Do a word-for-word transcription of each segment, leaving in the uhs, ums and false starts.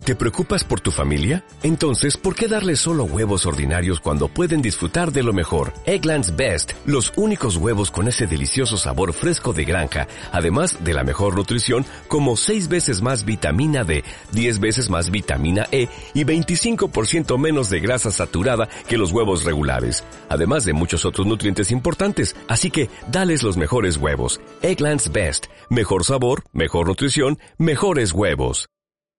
¿Te preocupas por tu familia? Entonces, ¿por qué darles solo huevos ordinarios cuando pueden disfrutar de lo mejor? Eggland's Best, los únicos huevos con ese delicioso sabor fresco de granja, además de la mejor nutrición, como seis veces más vitamina D, diez veces más vitamina E y veinticinco por ciento menos de grasa saturada que los huevos regulares, además de muchos otros nutrientes importantes. Así que, dales los mejores huevos. Eggland's Best, mejor sabor, mejor nutrición, mejores huevos.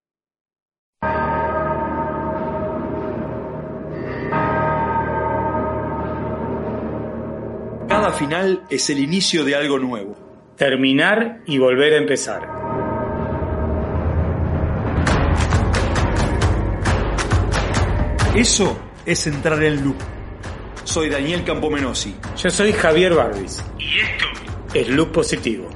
Cada final es el inicio de algo nuevo. Terminar y volver a empezar. Eso es entrar en loop. Soy Daniel Campomenosi. Yo soy Javier Barbis. Y esto es Loop Positivo.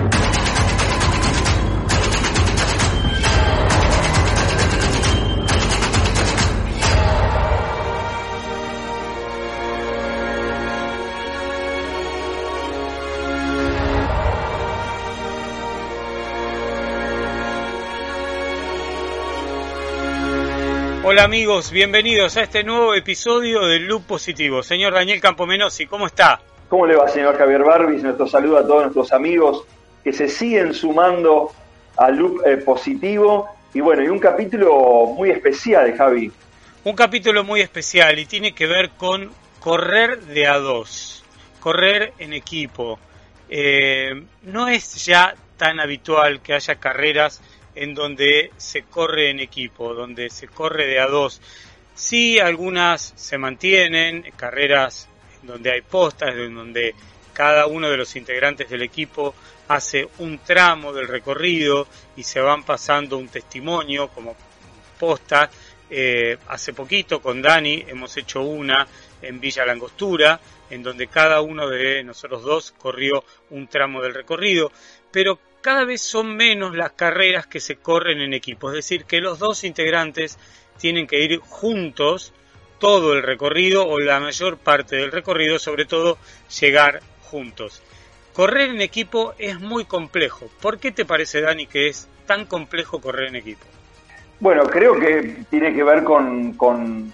Hola amigos, bienvenidos a este nuevo episodio de Loop Positivo. Señor Daniel Campomenosi, ¿cómo está? ¿Cómo le va, señor Javier Barbis? Nuestro saludo a todos nuestros amigos que se siguen sumando a Loop eh, Positivo. Y bueno, y un capítulo muy especial, Javi. Un capítulo muy especial y tiene que ver con correr de a dos, correr en equipo. Eh, no es ya tan habitual que haya carreras en donde se corre en equipo, donde se corre de a dos. Sí, algunas se mantienen, carreras donde hay postas, en donde cada uno de los integrantes del equipo hace un tramo del recorrido y se van pasando un testimonio como posta. Eh, hace poquito con Dani hemos hecho una en Villa Langostura, en donde cada uno de nosotros dos corrió un tramo del recorrido, pero cada vez son menos las carreras que se corren en equipo, es decir, que los dos integrantes tienen que ir juntos todo el recorrido o la mayor parte del recorrido, sobre todo llegar juntos. Correr en equipo es muy complejo. ¿Por qué te parece, Dani, que es tan complejo correr en equipo? Bueno, creo que tiene que ver con, con,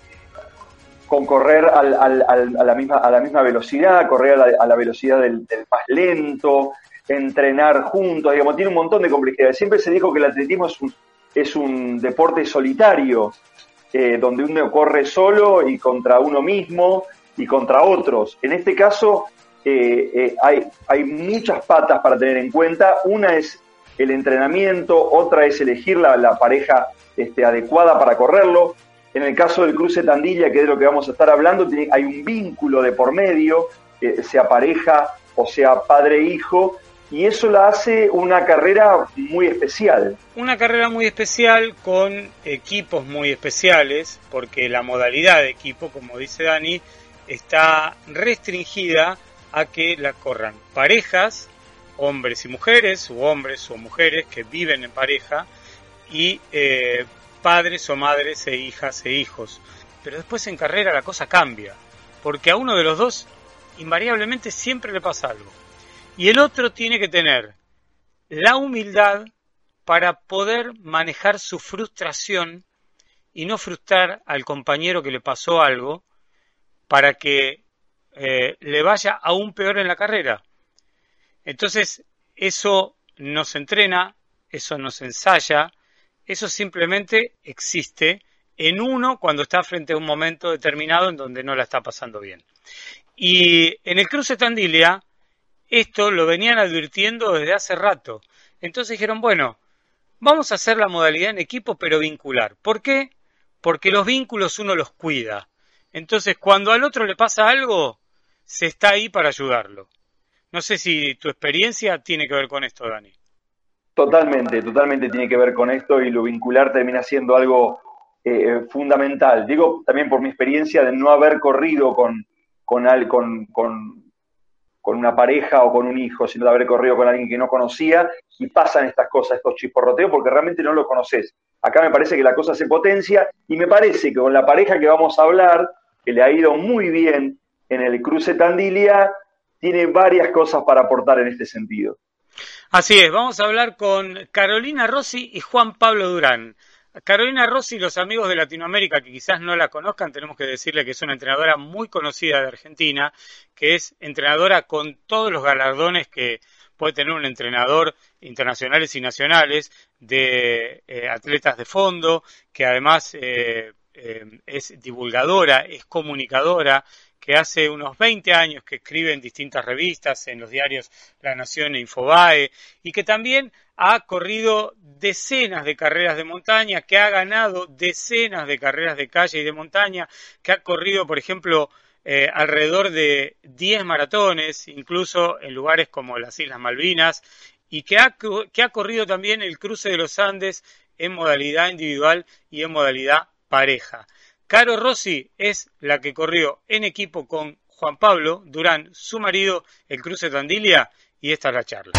con correr al, al, al, a, la misma, a la misma velocidad, correr a la, a la velocidad del, del más lento, entrenar juntos, digamos, tiene un montón de complejidades. Siempre se dijo que el atletismo es un, es un deporte solitario, eh, donde uno corre solo y contra uno mismo y contra otros. En este caso eh, eh, hay, hay muchas patas para tener en cuenta. Una es el entrenamiento, otra es elegir la, la pareja este, adecuada para correrlo. En el caso del cruce Tandilla, que es de lo que vamos a estar hablando, tiene, hay un vínculo de por medio, eh, sea pareja o sea padre-hijo, y eso la hace una carrera muy especial. Una carrera muy especial con equipos muy especiales, porque la modalidad de equipo, como dice Dani, está restringida a que la corran parejas, hombres y mujeres, u hombres o mujeres que viven en pareja, y eh, padres o madres e hijas e hijos. Pero después en carrera la cosa cambia, porque a uno de los dos invariablemente siempre le pasa algo. Y el otro tiene que tener la humildad para poder manejar su frustración y no frustrar al compañero que le pasó algo para que eh, le vaya aún peor en la carrera. Entonces, eso no se entrena, eso no se ensaya, eso simplemente existe en uno cuando está frente a un momento determinado en donde no la está pasando bien. Y en el cruce Tandilla, esto lo venían advirtiendo desde hace rato. Entonces dijeron, bueno, vamos a hacer la modalidad en equipo pero vincular. ¿Por qué? Porque los vínculos uno los cuida. Entonces cuando al otro le pasa algo, se está ahí para ayudarlo. No sé si tu experiencia tiene que ver con esto, Dani. Totalmente, totalmente tiene que ver con esto, y lo vincular termina siendo algo eh, fundamental. Digo también por mi experiencia de no haber corrido con, con, con, con con una pareja o con un hijo, sino de haber corrido con alguien que no conocía, y pasan estas cosas, estos chisporroteos, porque realmente no lo conoces. Acá me parece que la cosa se potencia, y me parece que con la pareja que vamos a hablar, que le ha ido muy bien en el cruce Tandilla, tiene varias cosas para aportar en este sentido. Así es, vamos a hablar con Carolina Rossi y Juan Pablo Durán. Carolina Rossi, los amigos de Latinoamérica que quizás no la conozcan, tenemos que decirle que es una entrenadora muy conocida de Argentina, que es entrenadora con todos los galardones que puede tener un entrenador internacionales y nacionales, de eh, atletas de fondo, que además eh, eh, es divulgadora, es comunicadora, que hace unos veinte años que escribe en distintas revistas, en los diarios La Nación e Infobae, y que también ha corrido decenas de carreras de montaña, que ha ganado decenas de carreras de calle y de montaña, que ha corrido, por ejemplo, eh, alrededor de diez maratones, incluso en lugares como las Islas Malvinas, y que ha, que ha corrido también el cruce de los Andes en modalidad individual y en modalidad pareja. Caro Rossi es la que corrió en equipo con Juan Pablo Durán, su marido, el cruce Tandilia, y esta es la charla.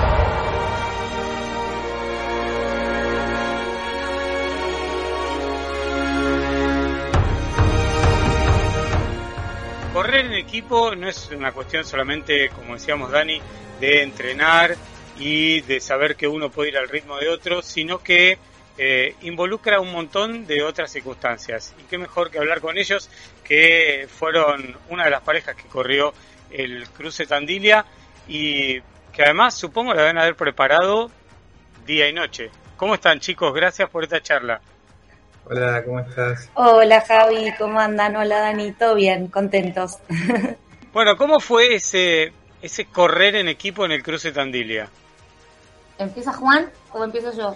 Correr en equipo no es una cuestión solamente, como decíamos Dani, de entrenar y de saber que uno puede ir al ritmo de otro, sino que eh, involucra un montón de otras circunstancias. Y qué mejor que hablar con ellos, que fueron una de las parejas que corrió el cruce Tandilia y que además supongo la deben haber preparado día y noche. ¿Cómo están, chicos? Gracias por esta charla. Hola, ¿cómo estás? Hola Javi, ¿cómo andan? Hola Dani, ¿todo bien? Contentos. Bueno, ¿cómo fue ese ese correr en equipo en el cruce Tandilia? ¿Empieza Juan o empiezo yo?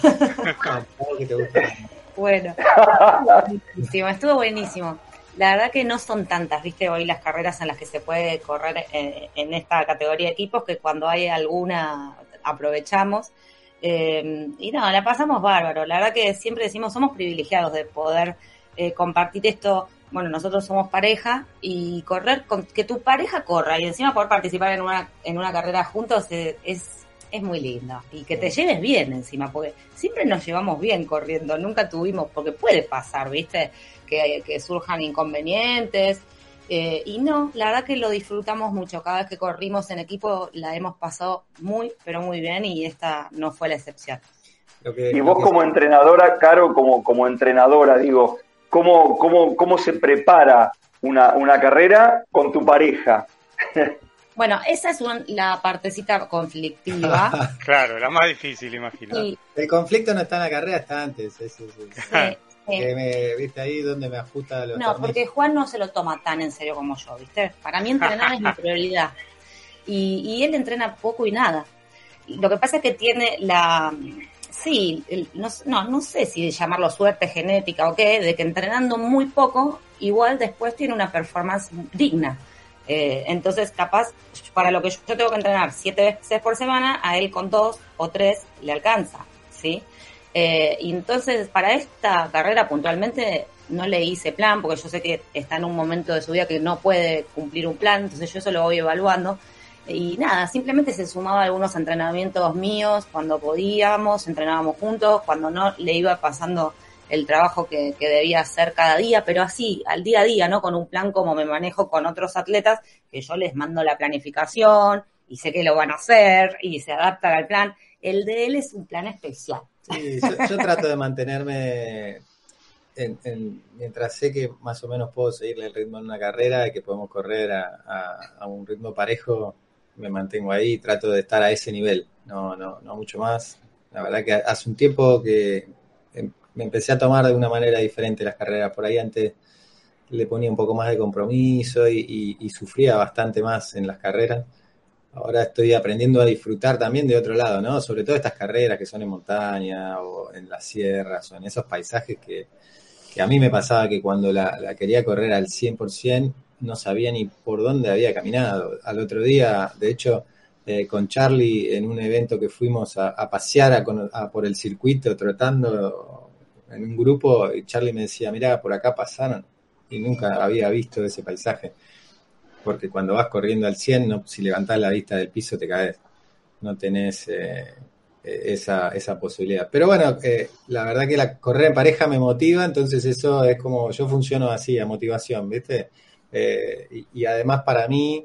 Ah, que te gusta. Bueno, buenísimo, estuvo buenísimo. La verdad que no son tantas, viste, hoy las carreras en las que se puede correr en, en esta categoría de equipos, que cuando hay alguna aprovechamos. Eh, y no, la pasamos bárbaro. La verdad que siempre decimos, somos privilegiados de poder eh, compartir esto. Bueno, nosotros somos pareja y correr, con, que tu pareja corra y encima poder participar en una en una carrera juntos es, es, es muy lindo. Y que te lleves bien encima, porque siempre nos llevamos bien corriendo, nunca tuvimos, porque puede pasar, ¿viste? Que, que surjan inconvenientes. Eh, y no, la verdad que lo disfrutamos mucho. Cada vez que corrimos en equipo la hemos pasado muy, pero muy bien y esta no fue la excepción. Lo que, y vos que... como entrenadora, Caro, como, como entrenadora, digo, ¿cómo, cómo, cómo se prepara una, una carrera con tu pareja? Bueno, esa es una, la partecita conflictiva. Claro, la más difícil, imagino. Sí. El conflicto no está en la carrera, está antes. Eso, eso, eso. Sí. Que me, ¿viste ahí donde me ajusta los No, tornillos? porque Juan no se lo toma tan en serio como yo, ¿viste? Para mí entrenar es mi prioridad. Y, y él entrena poco y nada. Lo que pasa es que tiene la... Sí, el, no, no, no sé si llamarlo suerte genética o qué, de que entrenando muy poco, igual después tiene una performance digna. Eh, entonces, capaz, para lo que yo, yo tengo que entrenar siete veces por semana, a él con dos o tres le alcanza, ¿sí? Eh, y entonces para esta carrera puntualmente no le hice plan, porque yo sé que está en un momento de su vida que no puede cumplir un plan, entonces yo eso lo voy evaluando. Y nada, simplemente se sumaba a algunos entrenamientos míos cuando podíamos, entrenábamos juntos, cuando no le iba pasando el trabajo que, que debía hacer cada día, pero así, al día a día, ¿no? Con un plan como me manejo con otros atletas, que yo les mando la planificación y sé que lo van a hacer y se adaptan al plan. El de él es un plan especial. Sí, yo, yo trato de mantenerme en, en, mientras sé que más o menos puedo seguirle el ritmo en una carrera y que podemos correr a, a, a un ritmo parejo, me mantengo ahí y trato de estar a ese nivel, no, no, no mucho más. La verdad que hace un tiempo que me empecé a tomar de una manera diferente las carreras. Por ahí antes le ponía un poco más de compromiso y, y, y sufría bastante más en las carreras. Ahora estoy aprendiendo a disfrutar también de otro lado, ¿no? Sobre todo estas carreras que son en montaña o en las sierras o en esos paisajes que, que a mí me pasaba que cuando la, la quería correr al cien por ciento no sabía ni por dónde había caminado. Al otro día, de hecho, eh, con Charlie en un evento que fuimos a, a pasear a, a por el circuito trotando en un grupo, y Charlie me decía, mirá, por acá pasaron, y nunca había visto ese paisaje. Porque cuando vas corriendo al cien, no, si levantás la vista del piso te caes, no tenés eh, esa, esa posibilidad. Pero bueno, eh, la verdad que la correr en pareja me motiva, entonces eso es como, yo funciono así, a motivación, ¿viste? Eh, y, y además para mí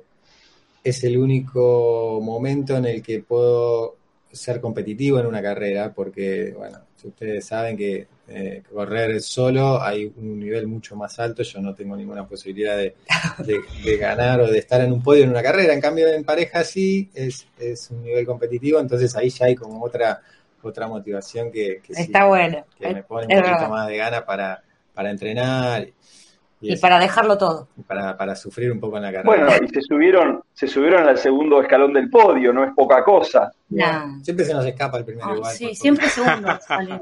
es el único momento en el que puedo ser competitivo en una carrera, porque bueno, ustedes saben que eh, correr solo hay un nivel mucho más alto, yo no tengo ninguna posibilidad de, de, de ganar o de estar en un podio en una carrera, en cambio en pareja sí, es, es un nivel competitivo, entonces ahí ya hay como otra otra motivación que, que está sí, bueno, que me pone un es poquito verdad. más de gana para, para entrenar y, y para dejarlo todo. Para, para sufrir un poco en la carrera. Bueno, y se subieron, se subieron al segundo escalón del podio, no es poca cosa. No. Siempre se nos escapa el primer oh, igual. Sí, siempre segundo sale.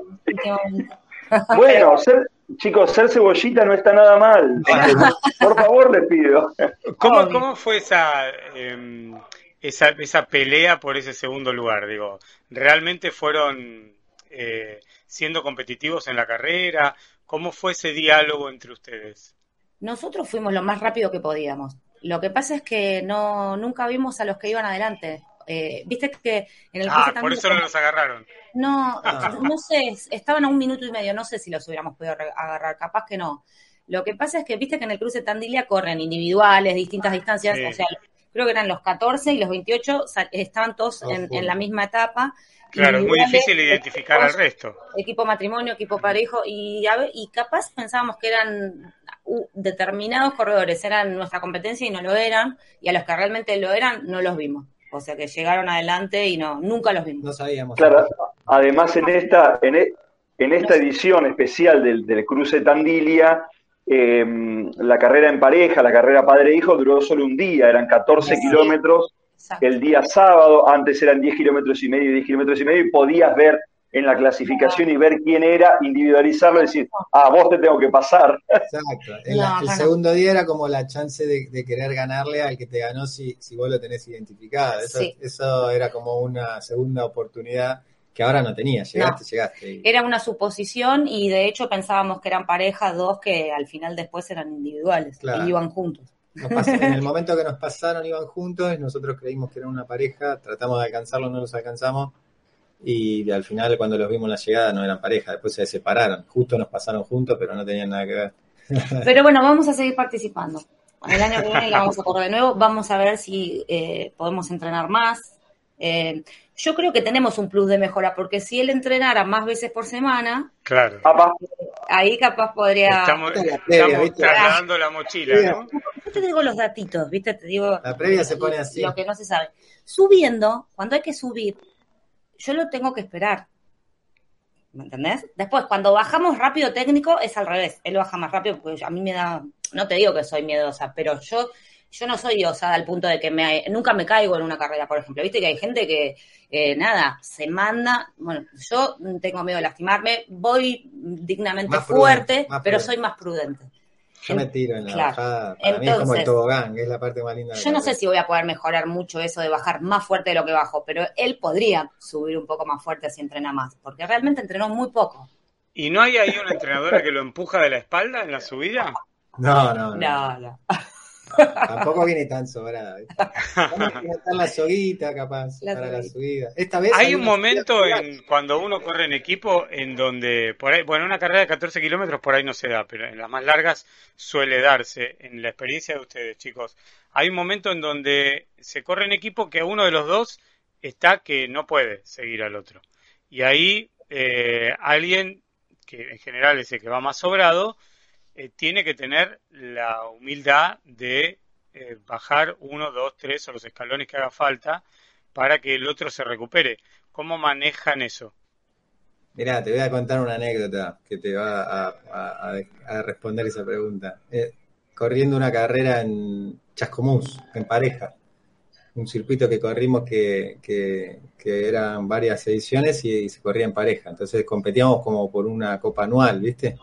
Bueno, ser, chicos, ser cebollita no está nada mal. Por favor, les pido. ¿Cómo, cómo fue esa, eh, esa esa pelea por ese segundo lugar? Digo, ¿realmente fueron eh, siendo competitivos en la carrera? ¿Cómo fue ese diálogo entre ustedes? Nosotros fuimos lo más rápido que podíamos. Lo que pasa es que no nunca vimos a los que iban adelante. Eh, Viste que en el Ah, por eso no los agarraron. No, no sé, estaban a un minuto y medio, no sé si los hubiéramos podido agarrar, capaz que no. Lo que pasa es que viste que en el cruce Tandilia corren individuales, distintas distancias, sí. O sea, creo que eran los catorce y los veintiocho, estaban todos oh, en, en la misma etapa. Claro, es muy difícil identificar al resto. Equipo matrimonio, equipo parejo, y, y capaz pensábamos que eran uh, determinados corredores, eran nuestra competencia y no lo eran, y a los que realmente lo eran no los vimos. O sea que llegaron adelante y no, nunca los vimos. No sabíamos. Claro, además en esta, en, en esta edición especial del, del cruce Tandilia, eh, la carrera en pareja, la carrera padre-hijo, duró solo un día, eran catorce sí. kilómetros. Exacto. El día sábado, antes eran diez kilómetros y medio y diez kilómetros y medio, y podías ver en la clasificación y ver quién era, individualizarlo y decir, ah, vos te tengo que pasar. Exacto. El, no, el segundo día era como la chance de, de querer ganarle al que te ganó si, si vos lo tenés identificado. Eso, sí. Eso era como una segunda oportunidad que ahora no tenías. Llegaste, no. llegaste. Y... Era una suposición y de hecho pensábamos que eran parejas, dos que al final después eran individuales, claro. Y iban juntos. Nos pasó, en el momento que nos pasaron iban juntos, nosotros creímos que era una pareja, tratamos de alcanzarlos, no los alcanzamos. Y al final cuando los vimos en la llegada no eran pareja, después se separaron, justo nos pasaron juntos pero no tenían nada que ver. Pero bueno, vamos a seguir participando. El año que viene la vamos a correr de nuevo, vamos a ver si eh, podemos entrenar más. Eh, yo creo que tenemos un plus de mejora, porque si él entrenara más veces por semana, claro, eh, ahí capaz podría... Estamos, estamos trasladando la mochila, ¿no? Yo te digo los datitos, ¿viste? Te digo... La previa se pone así. Lo que no se sabe. Subiendo, cuando hay que subir, yo lo tengo que esperar, ¿me entendés? Después, cuando bajamos rápido técnico, es al revés, él baja más rápido, porque a mí me da, no te digo que soy miedosa, pero yo yo no soy osada al punto de que me nunca me caigo en una carrera, por ejemplo, viste que hay gente que, eh, nada, se manda, bueno, yo tengo miedo de lastimarme, voy dignamente más fuerte, prudente, pero soy más prudente. Yo me tiro en la claro. bajada, para Entonces, mí es como el tobogán, que es la parte más linda. De yo no sé si voy a poder mejorar mucho eso de bajar más fuerte de lo que bajo, pero él podría subir un poco más fuerte si entrena más, porque realmente entrenó muy poco. ¿Y no hay ahí una entrenadora que lo empuja de la espalda en la subida? No, no, no. No, no. Tampoco viene tan sobrada. Vamos a levantar la soguita, capaz, la para soguita. La subida. Esta vez hay, hay un momento en, cuando uno corre en equipo en donde, por ahí, bueno, una carrera de catorce kilómetros por ahí no se da, pero en las más largas suele darse. En la experiencia de ustedes, chicos, hay un momento en donde se corre en equipo que uno de los dos está que no puede seguir al otro. Y ahí eh, alguien, que en general es el que va más sobrado, Eh, tiene que tener la humildad de eh, bajar uno, dos, tres o los escalones que haga falta para que el otro se recupere. ¿Cómo manejan eso? Mirá, te voy a contar una anécdota que te va a, a, a, a responder esa pregunta. Eh, corriendo una carrera en Chascomús, en pareja, un circuito que corrimos que, que, que eran varias ediciones y, y se corría en pareja. Entonces competíamos como por una copa anual, ¿viste?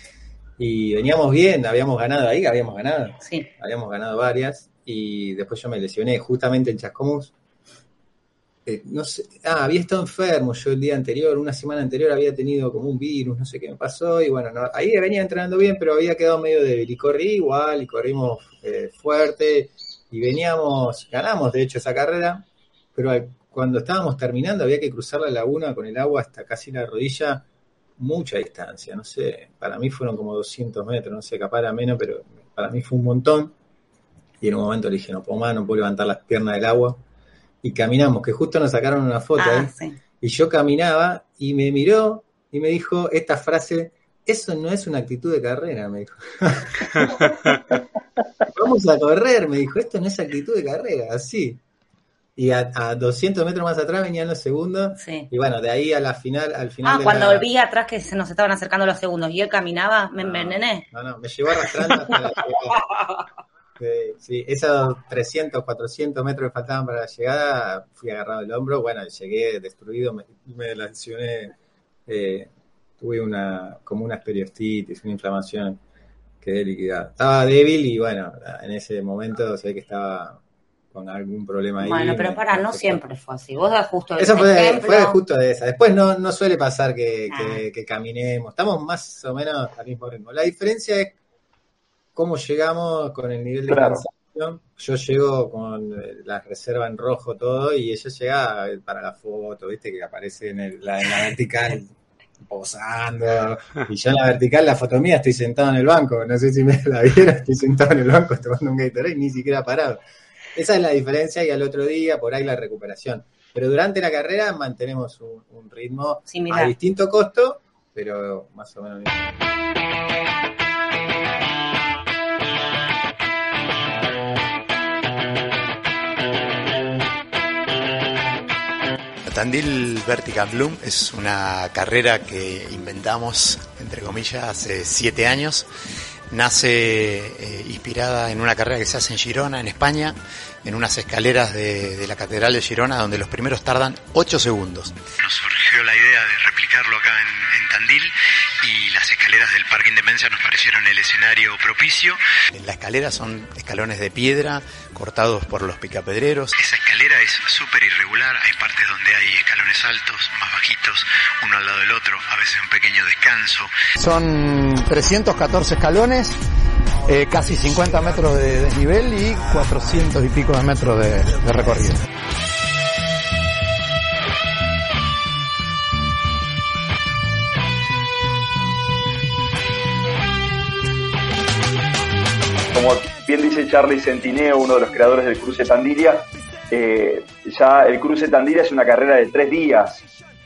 Y veníamos bien, habíamos ganado ahí, habíamos ganado. Sí. Habíamos ganado varias y después yo me lesioné justamente en Chascomús. Eh, no sé, ah, había estado enfermo yo el día anterior, una semana anterior había tenido como un virus, no sé qué me pasó y bueno, no, ahí venía entrenando bien, pero había quedado medio débil y corrí igual y corrimos eh, fuerte y veníamos, ganamos de hecho esa carrera, pero al, cuando estábamos terminando había que cruzar la laguna con el agua hasta casi la rodilla. Mucha distancia, no sé, para mí fueron como doscientos metros, no sé, capaz era menos, pero para mí fue un montón. Y en un momento le dije, no puedo más, no puedo levantar las piernas del agua. Y caminamos, que justo nos sacaron una foto ah, ahí. Sí. Y yo caminaba y me miró y me dijo esta frase eso no es una actitud de carrera, me dijo. Vamos a correr, me dijo, esto no es actitud de carrera, así. Y a, a doscientos metros más atrás venían los segundos. Sí. Y bueno, de ahí a la final, al final. Ah, cuando la... vi atrás que se nos estaban acercando los segundos y él caminaba, me no, envenené. No, no, me llevó arrastrando hasta la llegada. Sí, sí, esos trescientos, cuatrocientos metros que faltaban para la llegada, fui agarrado del hombro. Bueno, llegué destruido, me, me lesioné. Eh, tuve una, como una periostitis, una inflamación, quedé liquidado. Estaba débil y bueno, en ese momento sé que estaba con algún problema ahí. Bueno, pero para, no siempre fue así. Vos das justo Eso fue, fue justo de esa. Después no, no suele pasar que, ah. que, que caminemos. Estamos más o menos al mismo ritmo. La diferencia es cómo llegamos con el nivel de claro. cansancio. Yo llego con la reserva en rojo todo y ella llega para la foto, viste, que aparece en, el, la, en la vertical posando. Y yo en la vertical, la foto mía, estoy sentado en el banco. No sé si me la vieron, estoy sentado en el banco tomando un Gatorade, ni siquiera parado. Esa es la diferencia y al otro día por ahí la recuperación. Pero durante la carrera mantenemos un, un ritmo similar, a distinto costo, pero más o menos bien. Tandil Vertical Bloom es una carrera que inventamos, entre comillas, hace siete años. Nace eh, inspirada en una carrera que se hace en Girona, en España, en unas escaleras de, de la Catedral de Girona, donde los primeros tardan ocho segundos. Nos surgió la idea de replicarlo acá en, en Tandil y las escaleras del Parque Independencia nos parecieron el escenario propicio. La escalera son escalones de piedra cortados por los picapedreros. Esa escalera es súper irregular, hay partes donde hay escalones altos, más bajitos, uno al lado del otro, a veces un pequeño descanso. Son trescientos catorce escalones, eh, casi cincuenta metros de desnivel y cuatrocientos y pico de metros de, de recorrido. Como bien dice Charlie Centineo, uno de los creadores del Cruce Tandilia, eh, ya el Cruce Tandilia es una carrera de tres días,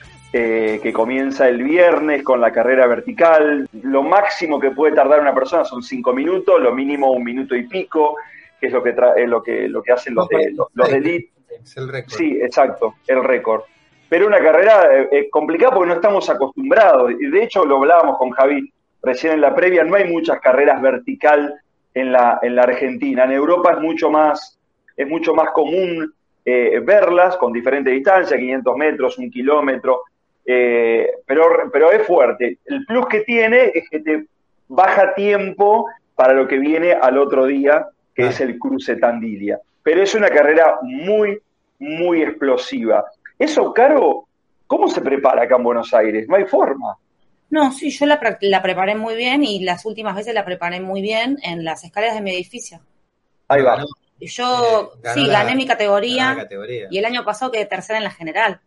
eh, que comienza el viernes con la carrera vertical. Lo máximo que puede tardar una persona son cinco minutos, lo mínimo un minuto y pico, que es lo que tra- es lo que lo que hacen los de los, los de elite. Es el récord. Sí, exacto, el récord. Pero una carrera eh, complicada porque no estamos acostumbrados. Y de hecho lo hablábamos con Javi recién en la previa, no hay muchas carreras vertical en la en la Argentina. En Europa es mucho más es mucho más común eh, verlas con diferentes distancias, quinientos metros, un kilómetro, eh, pero pero es fuerte. El plus que tiene es que te baja tiempo para lo que viene al otro día, que ah. es el Cruce Tandilia. Pero es una carrera muy, muy explosiva. Eso, Caro, ¿cómo se prepara acá en Buenos Aires? No hay forma. No, sí, yo la, la preparé muy bien y las últimas veces la preparé muy bien en las escaleras de mi edificio. Ahí va. Y yo, eh, sí, la, gané mi categoría, categoría y el año pasado quedé tercera en la general.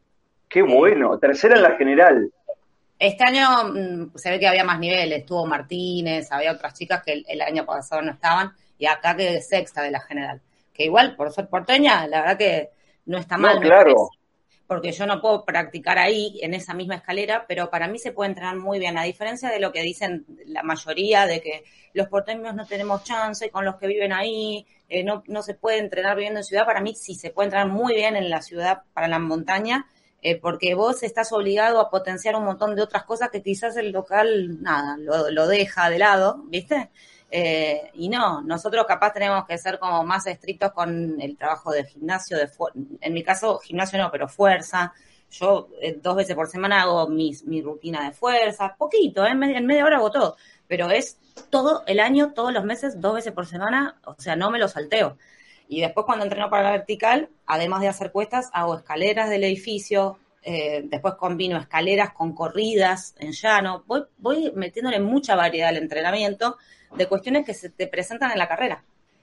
Qué bueno, eh, tercera en la general. Este año mmm, se ve que había más niveles, estuvo Martínez, había otras chicas que el, el año pasado no estaban, y acá quedé sexta de la general. Que igual, por ser porteña, la verdad que no está mal, no, me claro. parece. Porque yo no puedo practicar ahí, en esa misma escalera, pero para mí se puede entrenar muy bien, a diferencia de lo que dicen la mayoría, de que los porteños no tenemos chance con los que viven ahí, eh, no, no se puede entrenar viviendo en ciudad. Para mí sí se puede entrenar muy bien en la ciudad, para la montaña, eh, porque vos estás obligado a potenciar un montón de otras cosas que quizás el local, nada, lo, lo deja de lado, ¿viste? Eh, y no, nosotros capaz tenemos que ser como más estrictos con el trabajo de gimnasio, de fu- en mi caso gimnasio no, pero fuerza. Yo eh, dos veces por semana hago mis, mi rutina de fuerza, poquito, ¿eh? en, media, en media hora hago todo, pero es todo el año, todos los meses, dos veces por semana, o sea, no me lo salteo. Y después cuando entreno para la vertical, además de hacer cuestas, hago escaleras del edificio, eh, después combino escaleras con corridas en llano, voy, voy metiéndole mucha variedad al entrenamiento, de cuestiones que se te presentan en la carrera.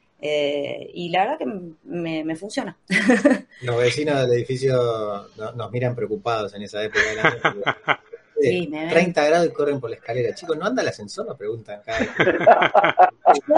Eh, y la verdad que me, me funciona. Los vecinos del edificio no, nos miran preocupados en esa época del año. Porque, sí, eh, me treinta grados y corren por la escalera. Chicos, ¿no anda el ascensor? Nos preguntan cada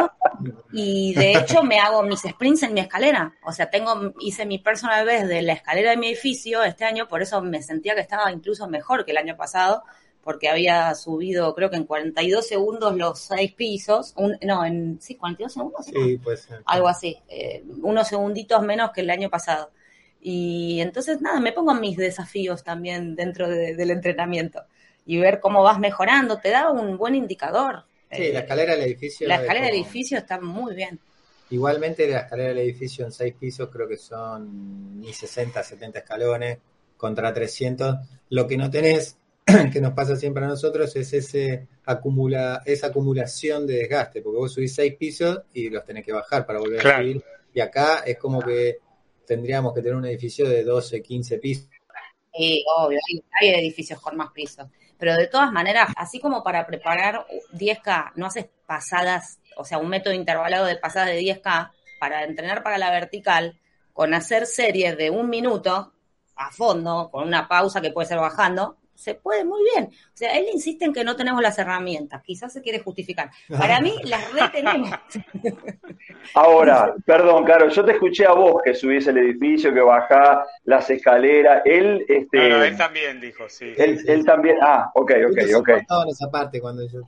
Y de hecho me hago mis sprints en mi escalera. O sea, tengo hice mi personal best de la escalera de mi edificio este año, por eso me sentía que estaba incluso mejor que el año pasado, porque había subido, creo que en cuarenta y dos segundos los seis pisos, un, no, en, sí, cuarenta y dos segundos, sí, puede ser. Algo así, eh, unos segunditos menos que el año pasado. Y entonces, nada, me pongo mis desafíos también dentro de, del entrenamiento y ver cómo vas mejorando, te da un buen indicador. Sí, eh, la escalera del edificio. La escalera como... del edificio está muy bien. Igualmente la escalera del edificio en seis pisos creo que son ni sesenta, setenta escalones contra trescientos. Lo que no tenés, que nos pasa siempre a nosotros, es ese acumula, esa acumulación de desgaste, porque vos subís seis pisos y los tenés que bajar para volver Claro. a subir. Y acá es como que tendríamos que tener un edificio de doce, quince pisos. Sí, obvio, hay, hay edificios con más pisos. Pero de todas maneras, así como para preparar diez K, no haces pasadas, o sea, un método intervalado de pasadas de diez K, para entrenar para la vertical, con hacer series de un minuto a fondo, con una pausa que puede ser bajando, se puede muy bien. O sea, él insiste en que no tenemos las herramientas, quizás se quiere justificar. Para mí, las retenemos. Ahora, perdón, Caro, yo te escuché a vos que subís el edificio, que bajás las escaleras. Él, este, No, no, él también dijo, sí. él, él también. Ah, ok, ok, Justo ok. se cortaba en esa parte cuando yo...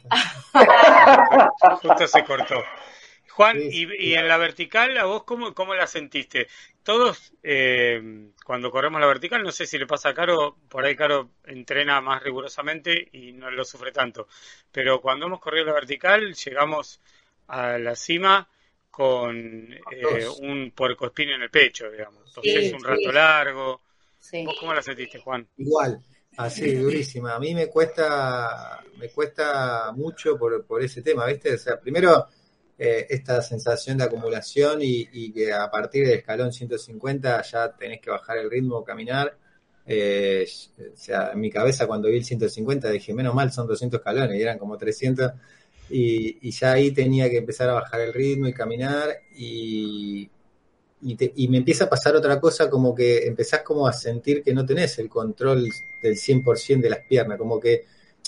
Justo se cortó. Juan, Sí, y, y en la vertical, ¿a vos cómo, cómo la sentiste? Todos, eh, cuando corremos la vertical, no sé si le pasa a Caro, por ahí Caro entrena más rigurosamente y no lo sufre tanto, pero cuando hemos corrido la vertical, llegamos a la cima con eh, un puercoespín en el pecho, digamos. Entonces, Sí, un rato sí. largo. Sí. ¿Vos cómo la sentiste, Juan? Igual, así, durísima. A mí me cuesta, me cuesta mucho por, por ese tema, ¿viste? O sea, primero, eh, esta sensación de acumulación y, y que a partir del escalón ciento cincuenta ya tenés que bajar el ritmo, caminar. Eh, o sea, en mi cabeza cuando vi el ciento cincuenta dije, menos mal, son doscientos escalones, y eran como trescientos, y, y ya ahí tenía que empezar a bajar el ritmo y caminar, y... Y, te, y me empieza a pasar otra cosa, como que empezás como a sentir que no tenés el control del cien por ciento de las piernas, como que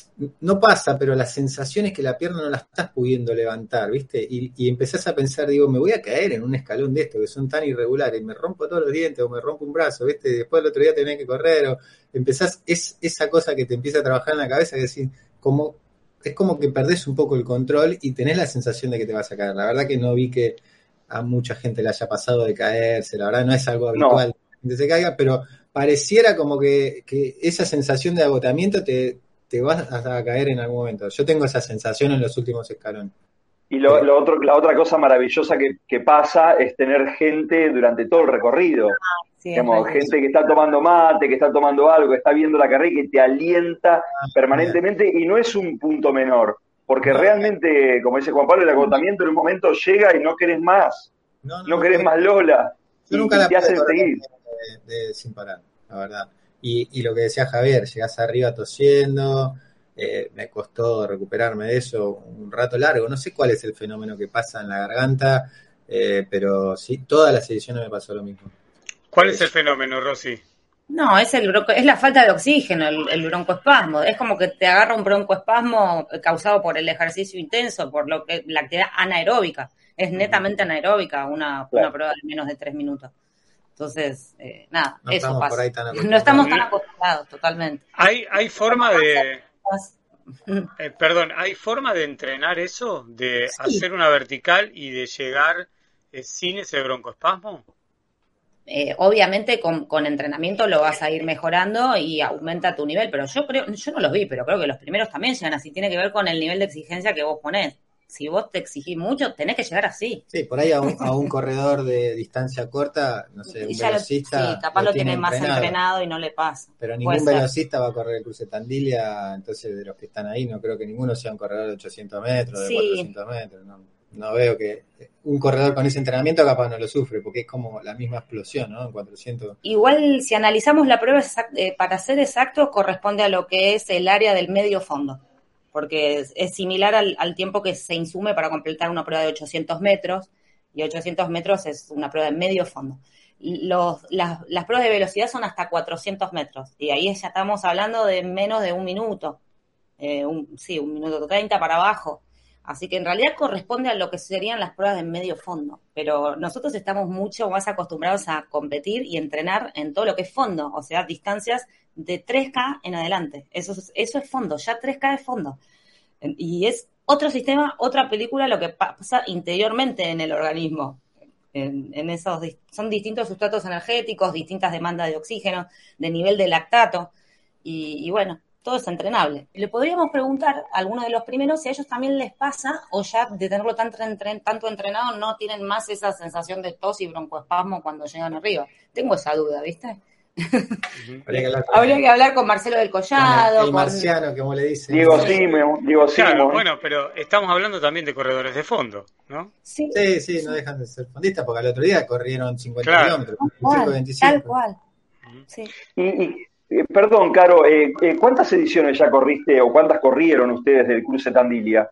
no pasa, pero la sensación es que la pierna no la estás pudiendo levantar, ¿viste? Y, y empezás a pensar, digo, me voy a caer en un escalón de estos que son tan irregulares, me rompo todos los dientes o me rompo un brazo, ¿viste? Y después el otro día tenés que correr, o empezás, es esa cosa que te empieza a trabajar en la cabeza, que decir, como, es como que perdés un poco el control y tenés la sensación de que te vas a caer. La verdad que no vi que a mucha gente le haya pasado de caerse, la verdad no es algo habitual No. que la gente se caiga, pero pareciera como que, que esa sensación de agotamiento te, te vas a caer en algún momento. Yo tengo esa sensación en los últimos escalones. Y lo, lo otro, la otra cosa maravillosa que, que pasa es tener gente durante todo el recorrido. Sí, Digamos, es gente que está tomando mate, que está tomando algo, que está viendo la carrera y que te alienta permanentemente, y no es un punto menor. Porque No. realmente, como dice Juan Pablo, el agotamiento en un momento llega y no querés más. No, No querés más Lola. Yo Y, nunca y la te pude hacen correr seguir. de, de- sin parar, la verdad. Y, y lo que decía Javier, llegás arriba tosiendo, eh, me costó recuperarme de eso un rato largo. No sé cuál es el fenómeno que pasa en la garganta, eh, pero sí, todas las ediciones me pasó lo mismo. ¿Cuál es el fenómeno, Rosy? No, es el bronco, es la falta de oxígeno, el, el broncoespasmo. Es como que te agarra un broncoespasmo causado por el ejercicio intenso, por lo que la actividad anaeróbica. Es netamente anaeróbica una, Claro. una prueba de menos de tres minutos. Entonces, eh, nada, No eso estamos pasa. por ahí tan No acostumbrados. estamos tan acostumbrados, totalmente. ¿Hay, hay forma de... Mm. Eh, perdón, ¿hay forma de entrenar eso? ¿De Sí. hacer una vertical y de llegar eh, sin ese broncoespasmo? Eh, obviamente con, con entrenamiento lo vas a ir mejorando y aumenta tu nivel, pero yo creo, yo no los vi, pero creo que los primeros también llegan así. Tiene que ver con el nivel de exigencia que vos ponés. Si vos te exigís mucho, tenés que llegar así. Sí, por ahí a un, a un corredor de distancia corta, no sé, Y un ya lo- velocista. sí, capaz lo, tiene más entrenado. entrenado y no le pasa. Pero Puede ningún ser. velocista va a correr el cruce Tandilia, entonces de los que están ahí no creo que ninguno sea un corredor de ochocientos metros, de Sí. cuatrocientos metros. No, no veo que un corredor con ese entrenamiento capaz no lo sufre, porque es como la misma explosión, ¿no? En cuatrocientos. Igual, si analizamos la prueba exact- eh, para ser exacto, corresponde a lo que es el área del medio fondo, porque es, es similar al, al tiempo que se insume para completar una prueba de ochocientos metros, y ochocientos metros es una prueba de medio fondo. Los, las, las pruebas de velocidad son hasta cuatrocientos metros, y ahí ya estamos hablando de menos de un minuto, eh, un, sí, un minuto treinta para abajo. Así que en realidad corresponde a lo que serían las pruebas de medio fondo, pero nosotros estamos mucho más acostumbrados a competir y entrenar en todo lo que es fondo, o sea, distancias de tres K en adelante. Eso es, eso es fondo, ya tres K es fondo. Y es otro sistema, otra película lo que pasa interiormente en el organismo. En, en esos son distintos sustratos energéticos, distintas demandas de oxígeno, de nivel de lactato, y, y bueno, todo es entrenable. Le podríamos preguntar a algunos de los primeros si a ellos también les pasa, o ya de tenerlo tan, tren, tanto entrenado no tienen más esa sensación de tos y broncoespasmo cuando llegan arriba. Tengo esa duda, ¿viste? Habría que hablar con, Habría que hablar con Marcelo del Collado. El, el con... marciano, como le dicen. Diego Simo, Diego Simo. Claro, bueno, pero estamos hablando también de corredores de fondo, ¿no? Sí, sí, sí, no dejan de ser fondistas, porque al otro día corrieron cincuenta claro. kilómetros, Tal cual, veinticinco. tal cual. Sí. Y, y eh, perdón, Caro, eh, eh, ¿cuántas ediciones ya corriste o cuántas corrieron ustedes del Cruce Tandilia?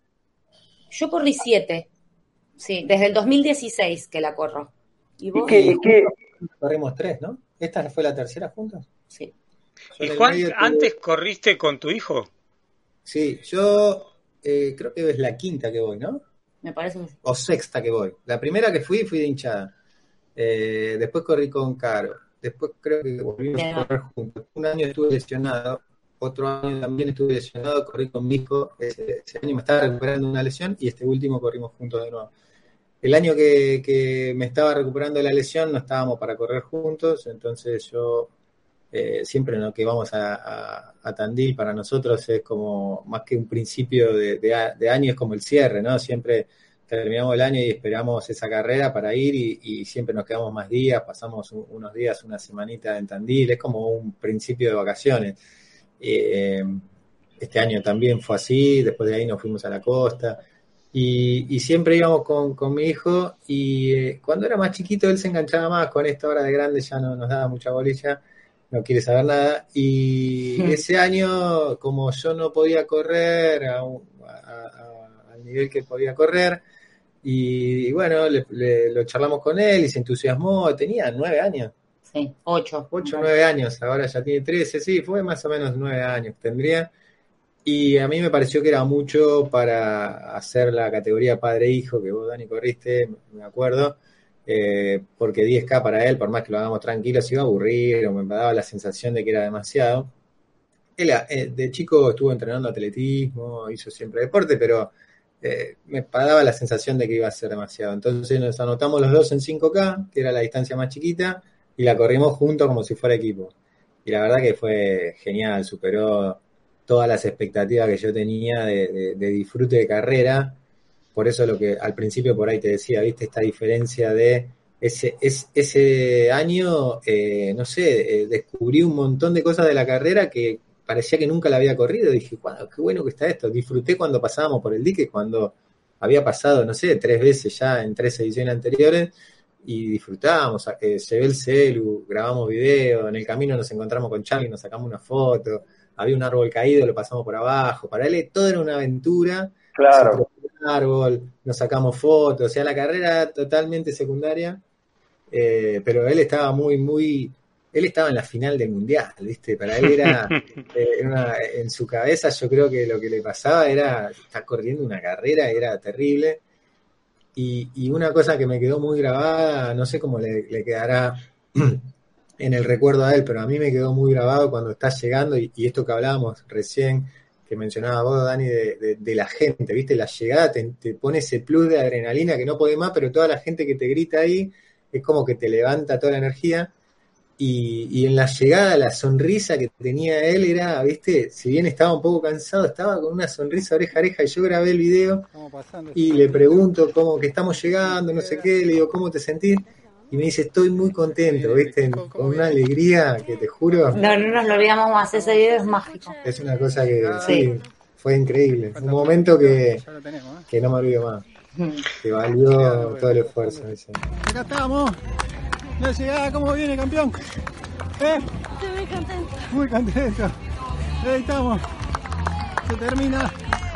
Yo corrí siete, sí, desde el dos mil dieciséis que la corro. ¿Y vos? ¿Y qué, qué? Corrimos tres, ¿no? ¿Esta fue la tercera juntos? Sí. ¿Y Juan, antes tuve... corriste con tu hijo? Sí, yo eh, creo que es la quinta que voy, ¿no? Me parece. O sexta que voy. La primera que fui, fui de hinchada. Eh, después corrí con Caro. Después creo que volvimos a correr juntos. Un año estuve lesionado. Otro año también estuve lesionado. Corrí con mi hijo. Ese, ese año me estaba recuperando una lesión y este último corrimos juntos de nuevo. El año que, que me estaba recuperando de la lesión no estábamos para correr juntos, entonces yo eh, siempre en lo que vamos a, a, a Tandil para nosotros es como más que un principio de, de, de año, es como el cierre, ¿no? Siempre terminamos el año y esperamos esa carrera para ir y, y siempre nos quedamos más días, pasamos un, unos días, una semanita en Tandil, es como un principio de vacaciones. Eh, este año también fue así, después de ahí nos fuimos a la costa. Y, y siempre íbamos con, con mi hijo y eh, cuando era más chiquito él se enganchaba más con esto, ahora de grande ya no nos daba mucha bolilla, no quiere saber nada y sí. Ese año como yo no podía correr a un, a, a, al nivel que podía correr y, y bueno, le, le, lo charlamos con él y se entusiasmó, tenía nueve años. Sí, ocho. Ocho, nueve años, ahora ya tiene trece, sí, fue más o menos nueve años tendría. Y a mí me pareció que era mucho para hacer la categoría padre-hijo, que vos, Dani, corriste, me acuerdo, eh, porque diez K para él, por más que lo hagamos tranquilo, se iba a aburrir, o me daba la sensación de que era demasiado. Él eh, de chico estuvo entrenando atletismo, hizo siempre deporte, pero eh, me daba la sensación de que iba a ser demasiado. Entonces nos anotamos los dos en cinco K, que era la distancia más chiquita, y la corrimos juntos como si fuera equipo. Y la verdad que fue genial, superó todas las expectativas que yo tenía de, de, de disfrute de carrera, por eso lo que al principio por ahí te decía, viste, esta diferencia de ese, es, ese año, eh, no sé, eh, descubrí un montón de cosas de la carrera que parecía que nunca la había corrido, dije, wow, qué bueno que está esto, disfruté cuando pasábamos por el dique, cuando había pasado, no sé, tres veces ya en tres ediciones anteriores, y disfrutábamos, eh, llevé el celu, grabamos video, en el camino nos encontramos con Charlie, nos sacamos una foto, había un árbol caído, lo pasamos por abajo, para él todo era una aventura, claro. Un árbol, nos sacamos fotos, o sea, la carrera era totalmente secundaria, eh, pero él estaba muy, muy, él estaba en la final del mundial, ¿viste? Para él era, eh, una, en su cabeza yo creo que lo que le pasaba era, estar corriendo una carrera, era terrible, y, y una cosa que me quedó muy grabada, no sé cómo le, le quedará en el recuerdo a él, pero a mí me quedó muy grabado cuando estás llegando, y, y esto que hablábamos recién, que mencionaba vos, Dani, de, de, de la gente, ¿viste? La llegada te, te pone ese plus de adrenalina que no podés más, pero toda la gente que te grita ahí es como que te levanta toda la energía, y, y en la llegada la sonrisa que tenía él era, ¿viste? Si bien estaba un poco cansado, estaba con una sonrisa oreja a oreja, y yo grabé el video y le pregunto cómo que estamos llegando, no sé qué, le digo, ¿cómo te sentís? Y me dice, estoy muy contento, ¿viste? Con una alegría que te juro. No, no nos lo olvidamos más, ese video es mágico. Es una cosa que, sí, fue increíble. Un momento que, que no me olvido más. Que valió todo el esfuerzo. Ese. Acá estamos. La llegada, ¿cómo viene, campeón? ¿Eh? Estoy muy contento. Muy contento. Ahí estamos. Se termina.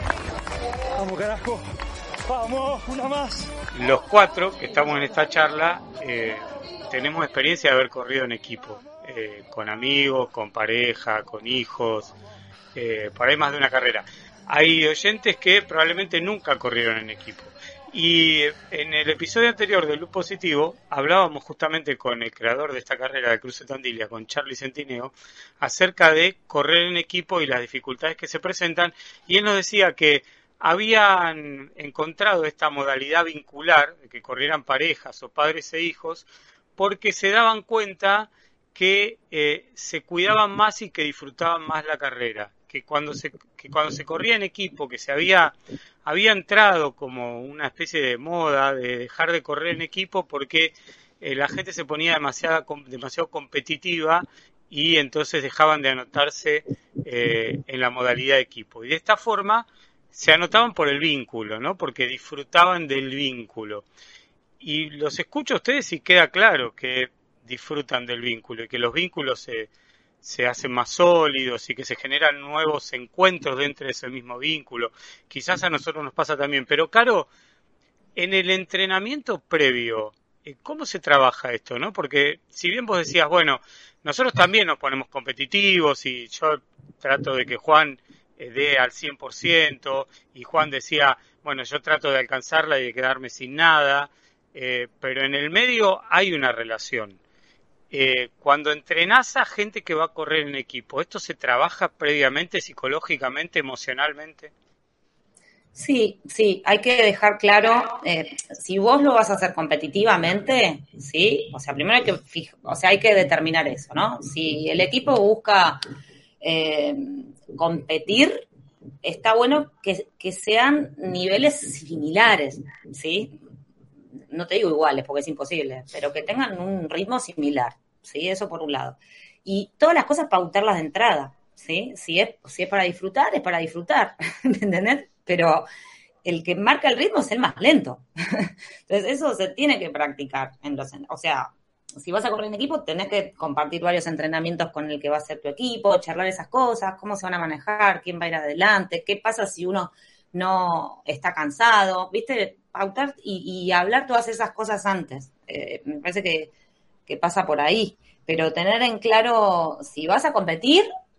Vamos, carajo. Vamos, una más. Los cuatro que estamos en esta charla eh, tenemos experiencia de haber corrido en equipo, eh, con amigos, con pareja, con hijos, eh, por ahí más de una carrera. Hay oyentes que probablemente nunca corrieron en equipo Y en el episodio anterior de Loop Positivo hablábamos justamente con el creador de esta carrera de Cruce Tandil, con Charlie Centineo, acerca de correr en equipo y las dificultades que se presentan, y él nos decía que habían encontrado esta modalidad vincular, de que corrieran parejas o padres e hijos, porque se daban cuenta que eh, se cuidaban más y que disfrutaban más la carrera, que cuando se que cuando se corría en equipo, que se había había entrado como una especie de moda de dejar de correr en equipo porque eh, la gente se ponía demasiado demasiado competitiva y entonces dejaban de anotarse eh, en la modalidad de equipo, y de esta forma se anotaban por el vínculo, ¿no? Porque disfrutaban del vínculo. Y los escucho a ustedes y queda claro que disfrutan del vínculo y que los vínculos se, se hacen más sólidos y que se generan nuevos encuentros dentro de ese mismo vínculo. Quizás a nosotros nos pasa también, pero Caro, en el entrenamiento previo, ¿cómo se trabaja esto, no? Porque si bien vos decías, bueno, nosotros también nos ponemos competitivos y yo trato de que Juan eh, dé al cien por ciento, y Juan decía, bueno, yo trato de alcanzarla y de quedarme sin nada, eh, pero en el medio hay una relación. Eh, cuando entrenás a gente que va a correr en equipo, ¿esto se trabaja previamente, psicológicamente, emocionalmente? Sí, sí, hay que dejar claro, eh, si vos lo vas a hacer competitivamente, sí, o sea, primero hay que fij- o sea, hay que determinar eso, ¿no? Si el equipo busca eh, competir, está bueno que, que sean niveles similares, ¿sí? No te digo iguales porque es imposible, pero que tengan un ritmo similar, ¿sí? Eso por un lado. Y todas las cosas pautarlas de entrada, ¿sí? Si es, si es para disfrutar, es para disfrutar, ¿me entendés? Pero el que marca el ritmo es el más lento. Entonces eso se tiene que practicar. En los, o sea, si vas a correr en equipo, tenés que compartir varios entrenamientos con el que va a ser tu equipo, charlar esas cosas, cómo se van a manejar, quién va a ir adelante, qué pasa si uno no está cansado, ¿viste? Pautar y, y hablar todas esas cosas antes. Eh, me parece que, que pasa por ahí. Pero tener en claro si vas a competir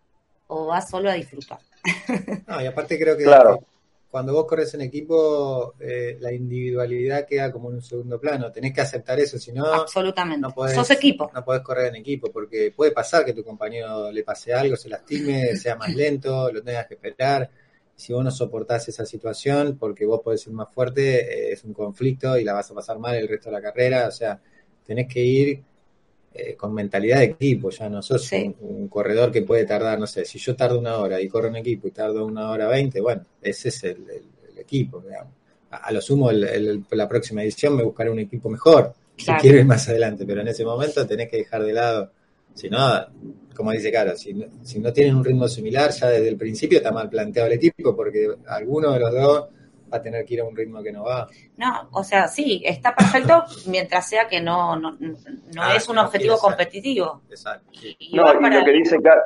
o vas solo a disfrutar. No, y aparte creo que, claro. que cuando vos corres en equipo, eh, la individualidad queda como en un segundo plano. Tenés que aceptar eso, si no, absolutamente. No podés, sos equipo. No podés correr en equipo, porque puede pasar que tu compañero le pase algo, se lastime, sea más lento, lo tengas que esperar. Si vos no soportás esa situación, porque vos podés ser más fuerte, eh, es un conflicto y la vas a pasar mal el resto de la carrera. O sea, tenés que ir eh, con mentalidad de equipo. Ya no sos sí. un, un corredor que puede tardar, no sé, si yo tardo una hora y corro en equipo y tardo una hora veinte, bueno, ese es el, el, el equipo, digamos. A, a lo sumo, el, el, la próxima edición me buscaré un equipo mejor, claro. Si quiero ir más adelante, pero en ese momento tenés que dejar de lado, si no, como dice Caro, si no, si no tienen un ritmo similar, ya desde el principio está mal planteado el equipo, porque alguno de los dos va a tener que ir a un ritmo que no va. No, o sea, sí, está perfecto mientras sea que no, no, no ah, es un objetivo competitivo. Exacto. Sí. Y, y, no, y lo que dice Caro,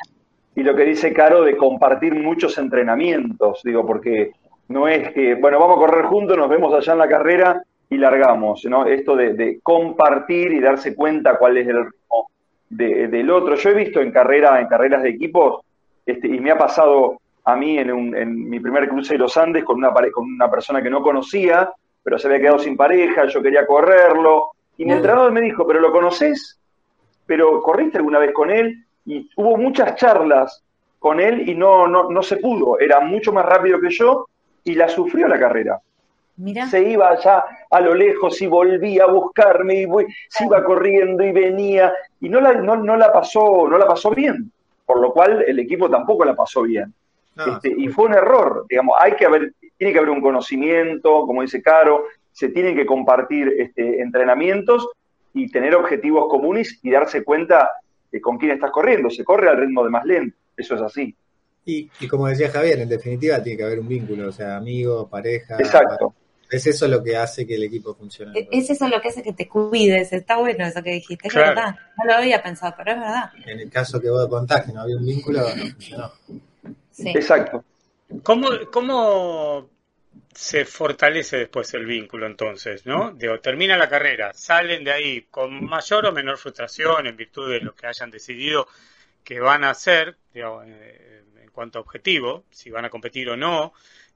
y lo que dice Caro de compartir muchos entrenamientos, digo, porque no es que, bueno, vamos a correr juntos, nos vemos allá en la carrera y largamos, ¿no? Esto de, de compartir y darse cuenta cuál es el ritmo de, del otro. Yo he visto en carrera, en carreras de equipos, este, y me ha pasado a mí en, un, en mi primer cruce de los Andes con una, pare, con una persona que no conocía, pero se había quedado sin pareja, yo quería correrlo, y mi entrenador me dijo, ¿pero lo conoces? ¿Pero corriste alguna vez con él? Y hubo muchas charlas con él y no, no, no se pudo, era mucho más rápido que yo y la sufrió la carrera. Mirá. Se iba allá a lo lejos y volvía a buscarme y voy, se iba corriendo y venía y no la, no, no la pasó, no la pasó bien, por lo cual el equipo tampoco la pasó bien. No, este, y fue un error, digamos, hay que haber, tiene que haber un conocimiento, como dice Caro, se tienen que compartir este, entrenamientos y tener objetivos comunes y darse cuenta de con quién estás corriendo. Se corre al ritmo de más lento, eso es así. Y, y como decía Javier, en definitiva tiene que haber un vínculo, o sea, amigo, pareja. Exacto. Es eso lo que hace que el equipo funcione. Es eso lo que hace que te cuides, está bueno eso que dijiste, claro. Es verdad, no lo había pensado, pero es verdad. En el caso que vos contás que no había un vínculo, no funcionó. Sí. Exacto. ¿Cómo, ¿Cómo se fortalece después el vínculo entonces, no? Digo, termina la carrera, salen de ahí con mayor o menor frustración en virtud de lo que hayan decidido que van a hacer, digamos, en cuanto a objetivo, si van a competir o no,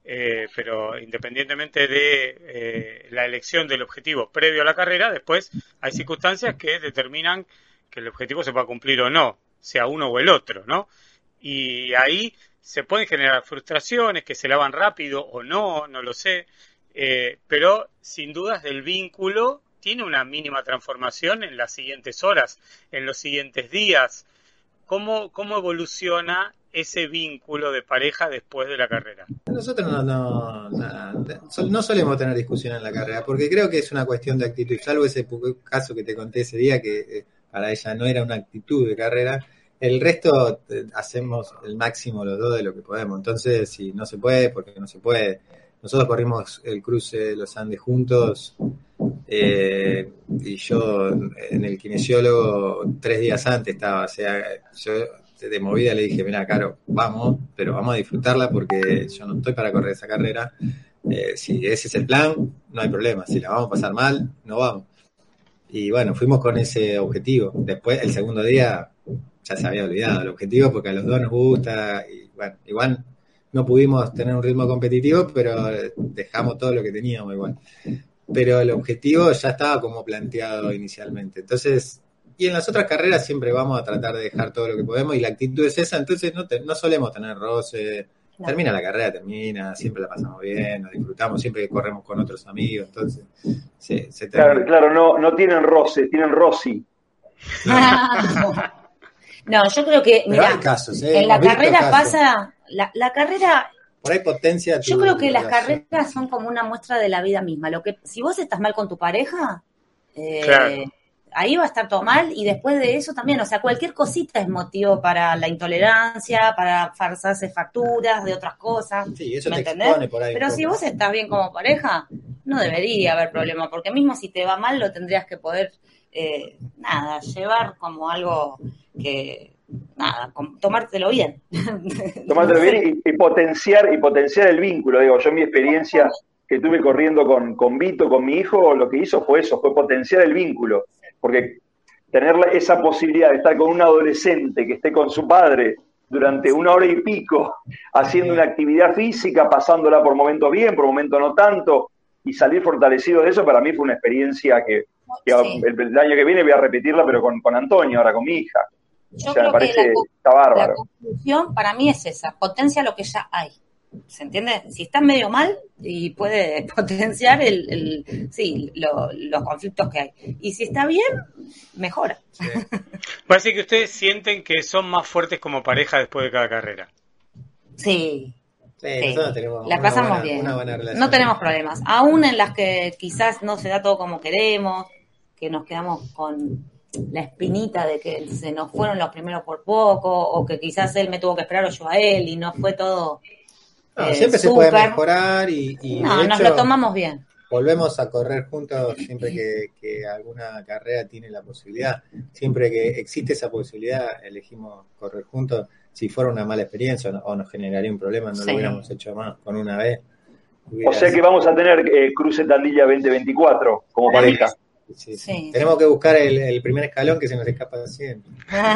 eh, pero independientemente de eh, la elección del objetivo previo a la carrera, después hay circunstancias que determinan que el objetivo se va a cumplir o no, sea uno o el otro, ¿no? Y ahí se pueden generar frustraciones que se lavan rápido o no, no lo sé, eh, pero sin dudas el vínculo tiene una mínima transformación en las siguientes horas, en los siguientes días. ¿Cómo, cómo evoluciona ese vínculo de pareja después de la carrera? Nosotros no, no, no, no solemos tener discusión en la carrera, porque creo que es una cuestión de actitud, salvo ese caso que te conté ese día, que para ella no era una actitud de carrera. El resto eh, hacemos el máximo los dos de lo que podemos. Entonces, si no se puede, porque no se puede. Nosotros corrimos el cruce de los Andes juntos, eh, y yo en el kinesiólogo tres días antes estaba. O sea, yo de movida le dije, mira, Caro, vamos, pero vamos a disfrutarla porque yo no estoy para correr esa carrera. Eh, si ese es el plan, no hay problema. Si la vamos a pasar mal, no vamos. Y bueno, fuimos con ese objetivo. Después, el segundo día, ya se había olvidado el objetivo porque a los dos nos gusta. Y bueno, igual no pudimos tener un ritmo competitivo, pero dejamos todo lo que teníamos igual. Pero el objetivo ya estaba como planteado inicialmente. Entonces, y en las otras carreras siempre vamos a tratar de dejar todo lo que podemos y la actitud es esa. Entonces no, te, no solemos tener roce. Claro. Termina la carrera, termina, siempre la pasamos bien, nos disfrutamos, siempre que corremos con otros amigos, entonces se, se termina. Claro, claro, no, no tienen roce, tienen Rossi. No, yo creo que, mira, ¿eh? En la carrera casos. pasa, la, la carrera... Por ahí potencia... Yo creo que las carreras son como una muestra de la vida misma. Lo que si vos estás mal con tu pareja, eh, claro. ahí va a estar todo mal, y después de eso también, o sea, cualquier cosita es motivo para la intolerancia, para farsarse facturas de otras cosas. Sí, eso ¿me te entendés? expone por ahí. Pero si vos estás bien como pareja, no debería haber problema, porque mismo si te va mal lo tendrías que poder, eh, nada, llevar como algo que, nada, como tomártelo bien. Tomártelo bien y, y potenciar y potenciar el vínculo. Digo, yo en mi experiencia que tuve corriendo con, con Vito, con mi hijo, lo que hizo fue eso, fue potenciar el vínculo. Porque tener esa posibilidad de estar con un adolescente que esté con su padre durante una hora y pico, haciendo una actividad física, pasándola por momentos bien, por momentos no tanto, y salir fortalecido de eso, para mí fue una experiencia que, que sí. el, el año que viene voy a repetirla, pero con, con Antonio, ahora con mi hija. Yo o sea, creo me parece que la, está bárbaro. La conclusión para mí es esa, potencia lo que ya hay. ¿Se entiende? Si está medio mal, y puede potenciar el, el sí, lo, los conflictos que hay. Y si está bien, mejora. Sí. Parece que ustedes sienten que son más fuertes como pareja después de cada carrera. Sí. Sí, sí. Nosotros tenemos la pasamos buena, bien. Una buena relación. No tenemos problemas. Aún en las que quizás no se da todo como queremos, que nos quedamos con la espinita de que se nos fueron los primeros por poco, o que quizás él me tuvo que esperar o yo a él, y no fue todo... No, eh, siempre super. se puede mejorar y, y no, de nos hecho, lo tomamos bien. Volvemos a correr juntos siempre que, que alguna carrera tiene la posibilidad. Siempre que existe esa posibilidad, elegimos correr juntos. Si fuera una mala experiencia o, no, o nos generaría un problema, no sí. lo hubiéramos hecho más con una vez. O sea que vamos a tener eh, Cruce Tandilla veinte veinticuatro como pareja. Sí, sí. Sí. Tenemos que buscar el, el primer escalón que se nos escapa siempre.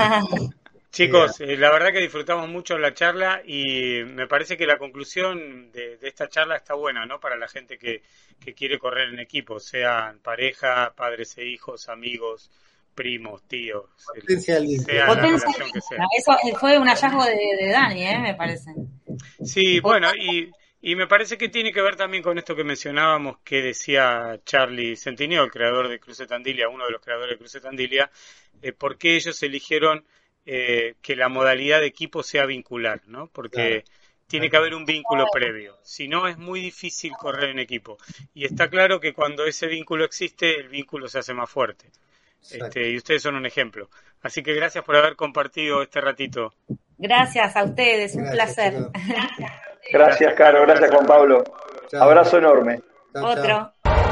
Chicos, eh, la verdad que disfrutamos mucho la charla y me parece que la conclusión de, de esta charla está buena, ¿no? Para la gente que, que quiere correr en equipo, sean pareja, padres e hijos, amigos, primos, tíos, Potencia el, sea la relación que sea. Eso fue un hallazgo de, de Dani, ¿eh? Me parece. Sí, bueno, y, y me parece que tiene que ver también con esto que mencionábamos que decía Charlie Centineo, el creador de Cruce Tandilla, uno de los creadores de Cruce Tandilla, eh, por qué ellos eligieron Eh, que la modalidad de equipo sea vincular, ¿no? Porque claro. tiene que haber un vínculo previo. Si no, es muy difícil correr en equipo. Y está claro que cuando ese vínculo existe, el vínculo se hace más fuerte. Este, y ustedes son un ejemplo. Así que gracias por haber compartido este ratito. Gracias a ustedes, un gracias, placer. Gracias, gracias, Caro. Gracias, Juan Pablo. Chao. Abrazo enorme. Chao, Otro. Chao.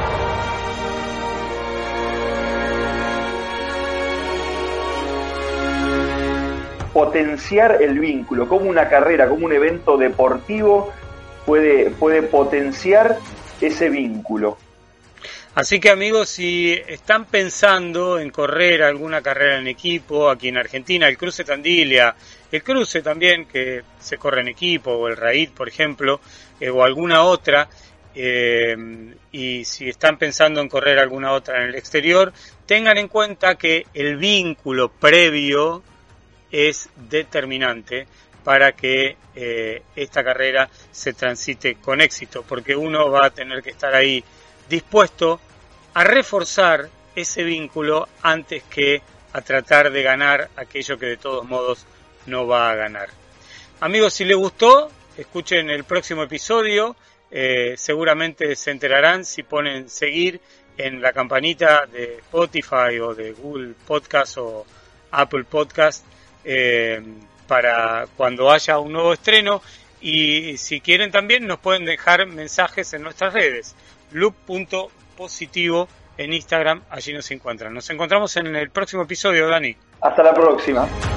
Potenciar el vínculo, como una carrera, como un evento deportivo puede, puede potenciar ese vínculo. Así que amigos, si están pensando en correr alguna carrera en equipo, aquí en Argentina, el Cruce Tandilla el cruce también, que se corre en equipo, o el raid, por ejemplo, eh, o alguna otra, eh, y si están pensando en correr alguna otra en el exterior, tengan en cuenta que el vínculo previo es determinante para que eh, esta carrera se transite con éxito, porque uno va a tener que estar ahí dispuesto a reforzar ese vínculo antes que a tratar de ganar aquello que de todos modos no va a ganar. Amigos, si les gustó, escuchen el próximo episodio, eh, seguramente se enterarán si ponen seguir en la campanita de Spotify o de Google Podcast o Apple Podcast, eh, para cuando haya un nuevo estreno, y si quieren también nos pueden dejar mensajes en nuestras redes, loop punto positivo en Instagram, allí nos encuentran. Nos encontramos en el próximo episodio, Dani. Hasta la próxima.